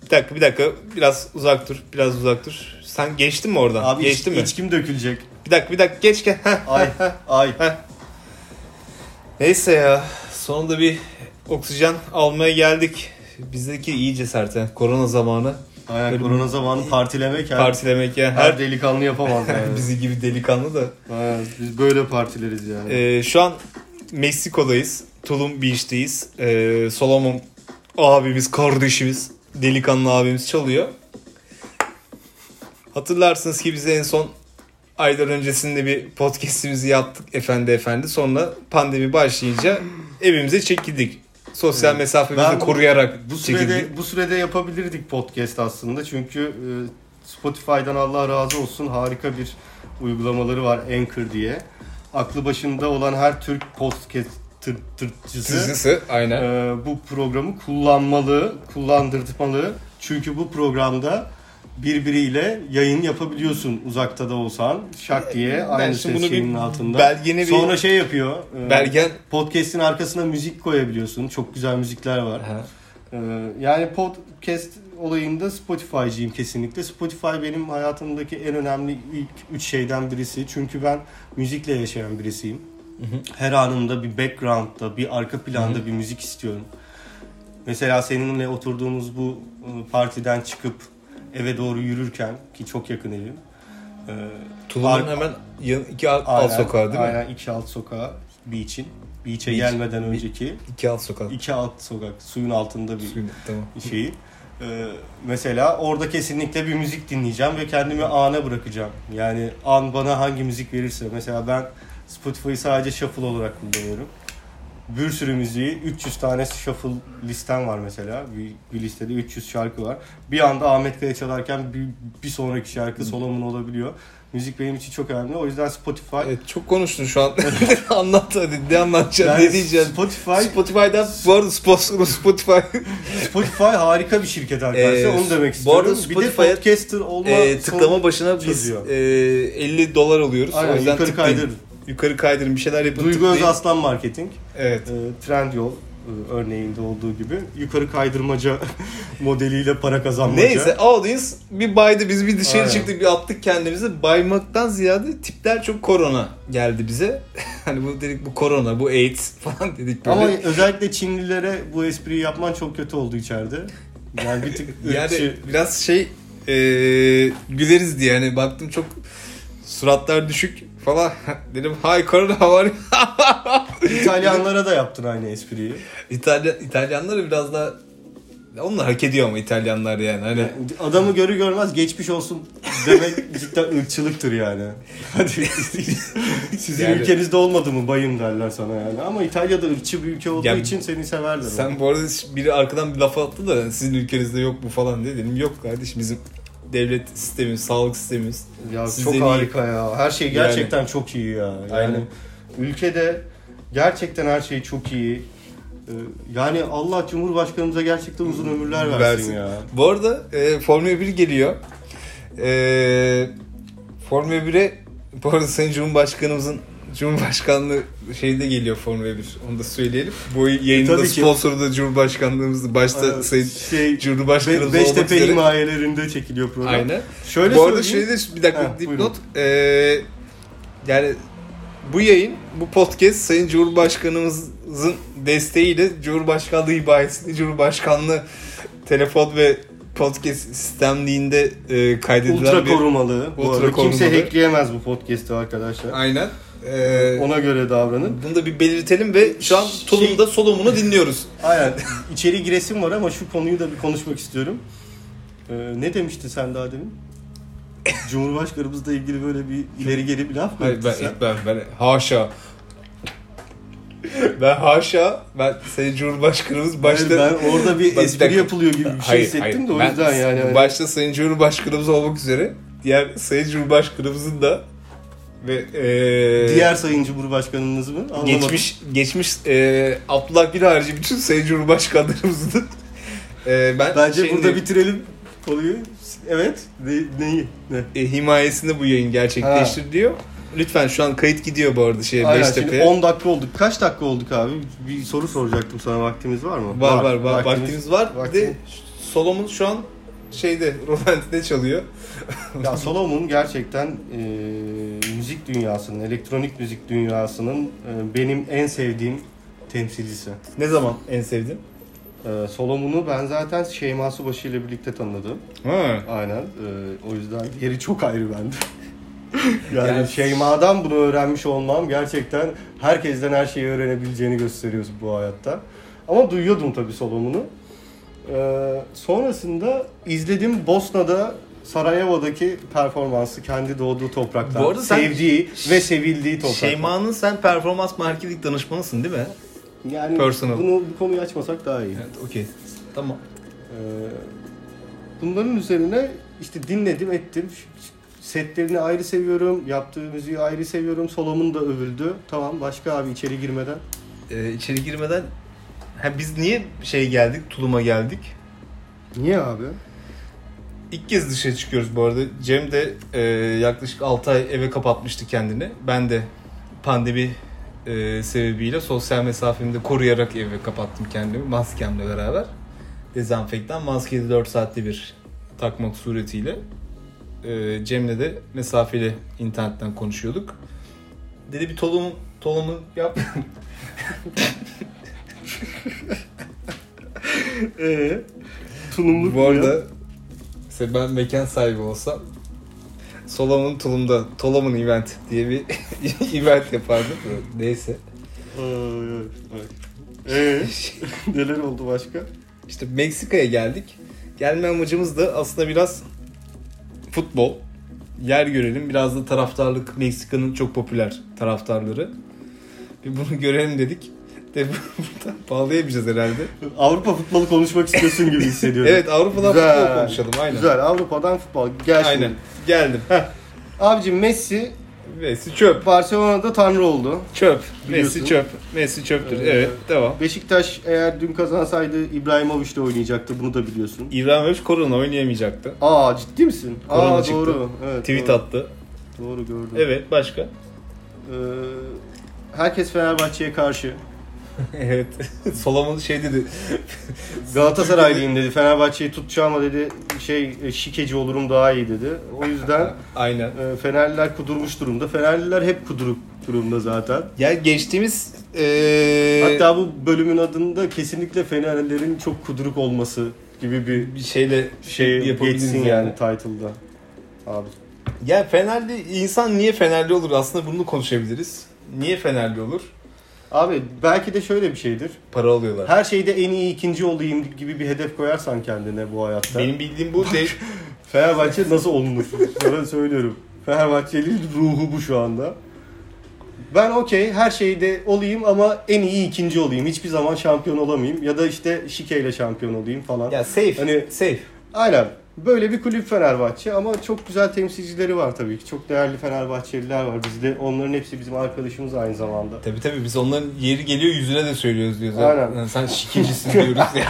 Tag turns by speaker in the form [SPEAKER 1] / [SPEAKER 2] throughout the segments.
[SPEAKER 1] Bir dakika. Biraz uzak dur. Sen geçtin mi oradan?
[SPEAKER 2] Abi
[SPEAKER 1] geçtin mi?
[SPEAKER 2] içkim dökülecek.
[SPEAKER 1] Bir dakika geç gel.
[SPEAKER 2] Ay.
[SPEAKER 1] Neyse ya. Sonunda bir oksijen almaya geldik. Bizdeki iyi cesaret. Korona zamanı.
[SPEAKER 2] Aynen, böyle korona zamanı partilemek
[SPEAKER 1] ya.
[SPEAKER 2] Her delikanlı yapamaz yani.
[SPEAKER 1] Bizi gibi delikanlı da.
[SPEAKER 2] Aynen, biz böyle partileriz yani.
[SPEAKER 1] Şu an Meksiko'dayız. Tulum Beach'teyiz. Solomon abimiz, kardeşimiz, delikanlı abimiz çalıyor. Hatırlarsınız ki biz en son aylar öncesinde bir podcast'imizi yaptık efendi. Sonra pandemi başlayınca evimize çekildik. Sosyal mesafemizi koruyarak çekildik.
[SPEAKER 2] Bu sürede yapabilirdik podcast aslında. Çünkü Spotify'dan Allah razı olsun harika bir uygulamaları var, Anchor diye. Aklı başında olan her Türk podcast'cısı
[SPEAKER 1] aynen.
[SPEAKER 2] Bu programı kullandırmalı. Çünkü bu programda birbiriyle yayın yapabiliyorsun uzakta da olsan. Şak diye aynı ses şeyinin altında. Sonra şey yapıyor. Podcast'in arkasına müzik koyabiliyorsun. Çok güzel müzikler var. Yani podcast olayında Spotify'cıyım kesinlikle. Spotify benim hayatımdaki en önemli ilk 3 şeyden birisi. Çünkü ben müzikle yaşayan birisiyim. Her anımda bir background'da, bir arka planda bir müzik istiyorum. Mesela seninle oturduğumuz bu partiden çıkıp eve doğru yürürken, ki çok yakın evim.
[SPEAKER 1] Tulum'un hemen 2 alt sokağı değil mi?
[SPEAKER 2] Aynen, 2 alt sokağı Beach'e gelmeden önceki
[SPEAKER 1] 2 alt sokak.
[SPEAKER 2] 2 alt sokak, suyun altında bir şeyi. Mesela orada kesinlikle bir müzik dinleyeceğim ve kendimi ana bırakacağım. Yani an bana hangi müzik verirse. Mesela ben Spotify'ı sadece shuffle olarak kullanıyorum. Bir sürü müziği, 300 tane shuffle listem var mesela. Bir listede 300 şarkı var. Bir anda Ahmet Kaya çalarken bir sonraki şarkı Solomon olabiliyor. Müzik benim için çok önemli. O yüzden Spotify...
[SPEAKER 1] Evet, çok konuştun şu an. Anlat hadi. Ne anlatacaksın?
[SPEAKER 2] Yani
[SPEAKER 1] ne diyeceksin?
[SPEAKER 2] Spotify'dan...
[SPEAKER 1] Bu arada Spotify
[SPEAKER 2] harika bir şirket arkadaşlar. Onu demek istiyorum.
[SPEAKER 1] Bu arada
[SPEAKER 2] bir de podcaster olma...
[SPEAKER 1] tıklama başına biz $50 alıyoruz.
[SPEAKER 2] Aynen,
[SPEAKER 1] o yüzden
[SPEAKER 2] yukarı
[SPEAKER 1] kaydırın bir şeyler yapın.
[SPEAKER 2] Duygu Özaslan Marketing.
[SPEAKER 1] Evet.
[SPEAKER 2] Trendyol örneğinde olduğu gibi yukarı kaydırmaca modeliyle para kazanmaca.
[SPEAKER 1] Neyse, audience bir baydı, biz bir dışarı çıktık, bir attık kendimizi. Baymaktan ziyade tipler çok korona geldi bize. Hani bu dedik, bu korona, bu AIDS falan dedik böyle.
[SPEAKER 2] Ama özellikle Çinlilere bu espriyi yapman çok kötü oldu içeride. Yani bir tık
[SPEAKER 1] yani biraz güleriz diye, hani baktım çok suratlar düşük falan. Dedim hi corona, how are you?
[SPEAKER 2] İtalyanlara da yaptın aynı espriyi.
[SPEAKER 1] İtalyanlar biraz daha, onlar hak ediyor ama İtalyanlar yani. Hani
[SPEAKER 2] adamı görür görmez geçmiş olsun demek cidden ırkçılıktır yani. Hadi sizin ülkenizde olmadı mı bayım derler sana yani. Ama İtalya'da ırkçı bir ülke olduğu için seni severler.
[SPEAKER 1] Sen bu arada biri arkadan bir laf attı da sizin ülkenizde yok mu falan diye, dedim yok kardeşim, bizim devlet sistemimiz, sağlık sistemimiz.
[SPEAKER 2] Ya çok harika ya. Her şey gerçekten çok iyi ya. Yani ülkede gerçekten her şey çok iyi. Yani Allah Cumhurbaşkanımıza gerçekten uzun ömürler versin ya.
[SPEAKER 1] Bu arada Formula 1 geliyor. Formula 1'e bu arada Sayın Cumhurbaşkanlığı şeyde geliyor Formula 1. Onu da söyleyelim. Bu yayında sponsoru da Cumhurbaşkanlığımızdı. Başta Sayın Cumhurbaşkanımız olmak üzere.
[SPEAKER 2] Beştepe himayelerinde çekiliyor program.
[SPEAKER 1] Aynen.
[SPEAKER 2] Şöyle
[SPEAKER 1] bu arada bir dakika dipnot. Yani bu yayın, bu podcast Sayın Cumhurbaşkanımızın desteğiyle Cumhurbaşkanlığı hibayesinde Cumhurbaşkanlığı telefon ve podcast sistemliğinde kaydedilen
[SPEAKER 2] ultra korumalı. Kimse hackleyemez bu podcast'ı arkadaşlar.
[SPEAKER 1] Aynen.
[SPEAKER 2] Ona göre davranın.
[SPEAKER 1] Bunu da bir belirtelim ve şu an Tulum'da Solomon'u dinliyoruz.
[SPEAKER 2] Aynen. İçeri giresim var ama şu konuyu da bir konuşmak istiyorum. Ne demiştin sen daha demin? Cumhurbaşkanımızla ilgili böyle bir ileri geri bir laf mı ettin sen?
[SPEAKER 1] Ben haşa. Ben Sayın Cumhurbaşkanımız başta...
[SPEAKER 2] Hayır, ben orada bir espri yapılıyor gibi bir şey hissettim de o yüzden yani.
[SPEAKER 1] Başta Sayın Cumhurbaşkanımız olmak üzere diğer Sayın Cumhurbaşkanımızın da ve
[SPEAKER 2] diğer Sayın Cumhurbaşkanımız mı? Anlamadım.
[SPEAKER 1] Geçmiş Abdullah Gül harici bütün Sayın Cumhurbaşkanlarımızın
[SPEAKER 2] bence burada bitirelim konuyu. Evet. Neyi?
[SPEAKER 1] Himayesinde bu yayın gerçekleştiriliyor. Lütfen, şu an kayıt gidiyor bu arada Beştepe'ye.
[SPEAKER 2] 10 dakika olduk. Kaç dakika olduk abi? Bir soru soracaktım sana, vaktimiz var mı?
[SPEAKER 1] Var. Vaktimiz var. Solomon şu an Rolanti'de çalıyor.
[SPEAKER 2] Ya Solomon gerçekten müzik dünyasının, elektronik müzik dünyasının benim en sevdiğim temsilcisi.
[SPEAKER 1] Ne zaman en sevdin?
[SPEAKER 2] Solomon'u ben zaten Şeyma Subaşı ile birlikte tanıdım.
[SPEAKER 1] Ha.
[SPEAKER 2] Aynen. O yüzden yeri çok ayrı bende. Yani Şeyma'dan bunu öğrenmiş olmam gerçekten herkesten her şeyi öğrenebileceğini gösteriyor bu hayatta. Ama duyuyordum tabii Solomon'u. Sonrasında izledim Bosna'da, Sarajevo'daki performansı, kendi doğduğu topraklar, sevdiği ve sevildiği topraklar.
[SPEAKER 1] Şeyma'nın sen performans marketing danışmanısın değil mi?
[SPEAKER 2] Yani bu konuyu açmasak daha iyi.
[SPEAKER 1] Evet, okey. Tamam.
[SPEAKER 2] Bunların üzerine işte dinledim, ettim. Setlerini ayrı seviyorum, yaptığı müziği ayrı seviyorum. Solomon da övüldü. Tamam, başka abi içeri girmeden?
[SPEAKER 1] İçeri girmeden biz niye geldik, Tulum'a geldik?
[SPEAKER 2] Niye abi?
[SPEAKER 1] İlk kez dışarı çıkıyoruz bu arada. Cem de yaklaşık 6 ay eve kapatmıştı kendini. Ben de pandemi sebebiyle sosyal mesafemi de koruyarak eve kapattım kendimi maskemle beraber. Dezenfektan maskeyi de 4 saatte bir takmak suretiyle. Cem'le de mesafeli internetten konuşuyorduk. Dedi bir tolumu yap.
[SPEAKER 2] Tulumluk
[SPEAKER 1] bu arada mesela ben mekan sahibi olsam Solomon Tulum'da Tolomon Event diye bir event yapardım. Neyse.
[SPEAKER 2] Neler oldu başka?
[SPEAKER 1] İşte Meksika'ya geldik. Gelme amacımız da aslında biraz futbol. Yer görelim. Biraz da taraftarlık. Meksika'nın çok popüler taraftarları. Bir bunu görelim dedik. De buradan bağlayamayacağız herhalde.
[SPEAKER 2] Avrupa futbolu konuşmak istiyorsun gibi hissediyorum.
[SPEAKER 1] Evet, Avrupa'dan futbol konuşalım. Aynen.
[SPEAKER 2] Güzel, Avrupa'dan futbol. Gel şimdi.
[SPEAKER 1] Aynen. Geldim.
[SPEAKER 2] Abicim Messi
[SPEAKER 1] çöp.
[SPEAKER 2] Barcelona'da tanrı oldu.
[SPEAKER 1] Çöp. Messi çöp. Messi çöptür. Evet, devam.
[SPEAKER 2] Beşiktaş eğer dün kazansaydı İbrahimovic de oynayacaktı. Bunu da biliyorsun.
[SPEAKER 1] İbrahimovic korona oynayamayacaktı.
[SPEAKER 2] Ciddi misin?
[SPEAKER 1] Korona çıktı.
[SPEAKER 2] Doğru. Evet,
[SPEAKER 1] tweet attı.
[SPEAKER 2] Doğru gördüm.
[SPEAKER 1] Evet, başka?
[SPEAKER 2] Herkes Fenerbahçe'ye karşı.
[SPEAKER 1] Evet. Solomon dedi.
[SPEAKER 2] Galatasaraylıyım dedi. Fenerbahçe'yi tutacağım ama dedi şikeci olurum daha iyi dedi. O yüzden
[SPEAKER 1] aynen.
[SPEAKER 2] Fenerliler kudurmuş durumda. Fenerliler hep kuduruk durumda zaten.
[SPEAKER 1] Ya geçtiğimiz
[SPEAKER 2] hatta bu bölümün adında kesinlikle Fenerlilerin çok kuduruk olması gibi bir
[SPEAKER 1] şeyle
[SPEAKER 2] geçsin yani title'da. Abi.
[SPEAKER 1] Ya Fenerli insan niye Fenerli olur? Aslında bunu konuşabiliriz. Niye Fenerli olur?
[SPEAKER 2] Abi belki de şöyle bir şeydir.
[SPEAKER 1] Para alıyorlar.
[SPEAKER 2] Her şeyde en iyi ikinci olayım gibi bir hedef koyarsan kendine bu hayatta.
[SPEAKER 1] Benim bildiğim bu değil.
[SPEAKER 2] Fenerbahçe nasıl olunur? Sana söylüyorum. Fenerbahçeli'nin ruhu bu şu anda. Ben okey her şeyde olayım ama en iyi ikinci olayım. Hiçbir zaman şampiyon olamayayım. Ya da işte şikeyle şampiyon olayım falan.
[SPEAKER 1] Ya safe. Safe.
[SPEAKER 2] Aynen. Böyle bir kulüp Fenerbahçe ama çok güzel temsilcileri var tabii ki. Çok değerli Fenerbahçeliler var bizde. Onların hepsi bizim arkadaşımız aynı zamanda.
[SPEAKER 1] Tabii biz onların yeri geliyor yüzüne de söylüyoruz diyoruz.
[SPEAKER 2] Aynen.
[SPEAKER 1] Yani sen şikecisin diyoruz ya.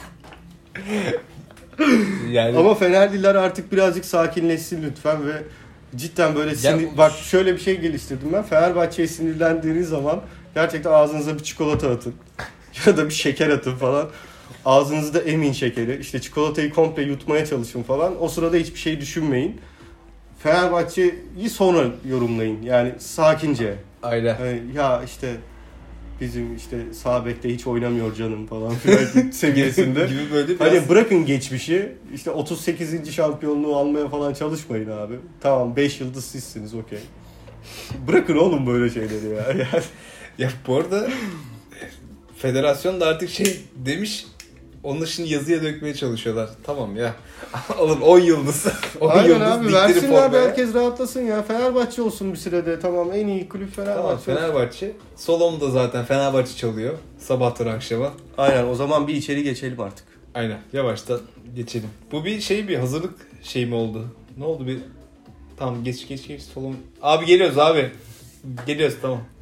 [SPEAKER 2] Yani... Ama Fenerliler artık birazcık sakinleşsin lütfen ve cidden böyle bak şöyle bir şey geliştirdim ben. Fenerbahçe'ye sinirlendiğiniz zaman gerçekten ağzınıza bir çikolata atın. Ya da bir şeker atın falan. Ağzınızda emin şekeri. İşte çikolatayı komple yutmaya çalışın falan. O sırada hiçbir şey düşünmeyin. Fenerbahçe'yi sonra yorumlayın. Yani sakince.
[SPEAKER 1] Aynen.
[SPEAKER 2] Ya işte bizim işte sağ bekte hiç oynamıyor canım falan filan seviyesinde.
[SPEAKER 1] gibi böyle biraz...
[SPEAKER 2] Hani bırakın geçmişi. İşte 38. şampiyonluğu almaya falan çalışmayın abi. Tamam 5 yıldız sizsiniz okey. Bırakın oğlum böyle şeyleri ya. Yani...
[SPEAKER 1] Ya bu arada federasyon da artık demiş. Onun şimdi yazıya dökmeye çalışıyorlar. Tamam ya. Alın 10 yıldız. 10
[SPEAKER 2] aynen
[SPEAKER 1] yıldız
[SPEAKER 2] abi versinler de herkes rahatlasın ya. Fenerbahçe olsun bir sürede. Tamam en iyi kulüp Fenerbahçe. Tamam
[SPEAKER 1] Fenerbahçe. Solom da zaten Fenerbahçe çalıyor. Sabahtan akşama.
[SPEAKER 2] Aynen o zaman bir içeri geçelim artık.
[SPEAKER 1] Aynen yavaştan geçelim. Bu bir hazırlık mi oldu? Ne oldu bir... Tamam geç Solom. Abi geliyoruz abi. Geliyoruz tamam.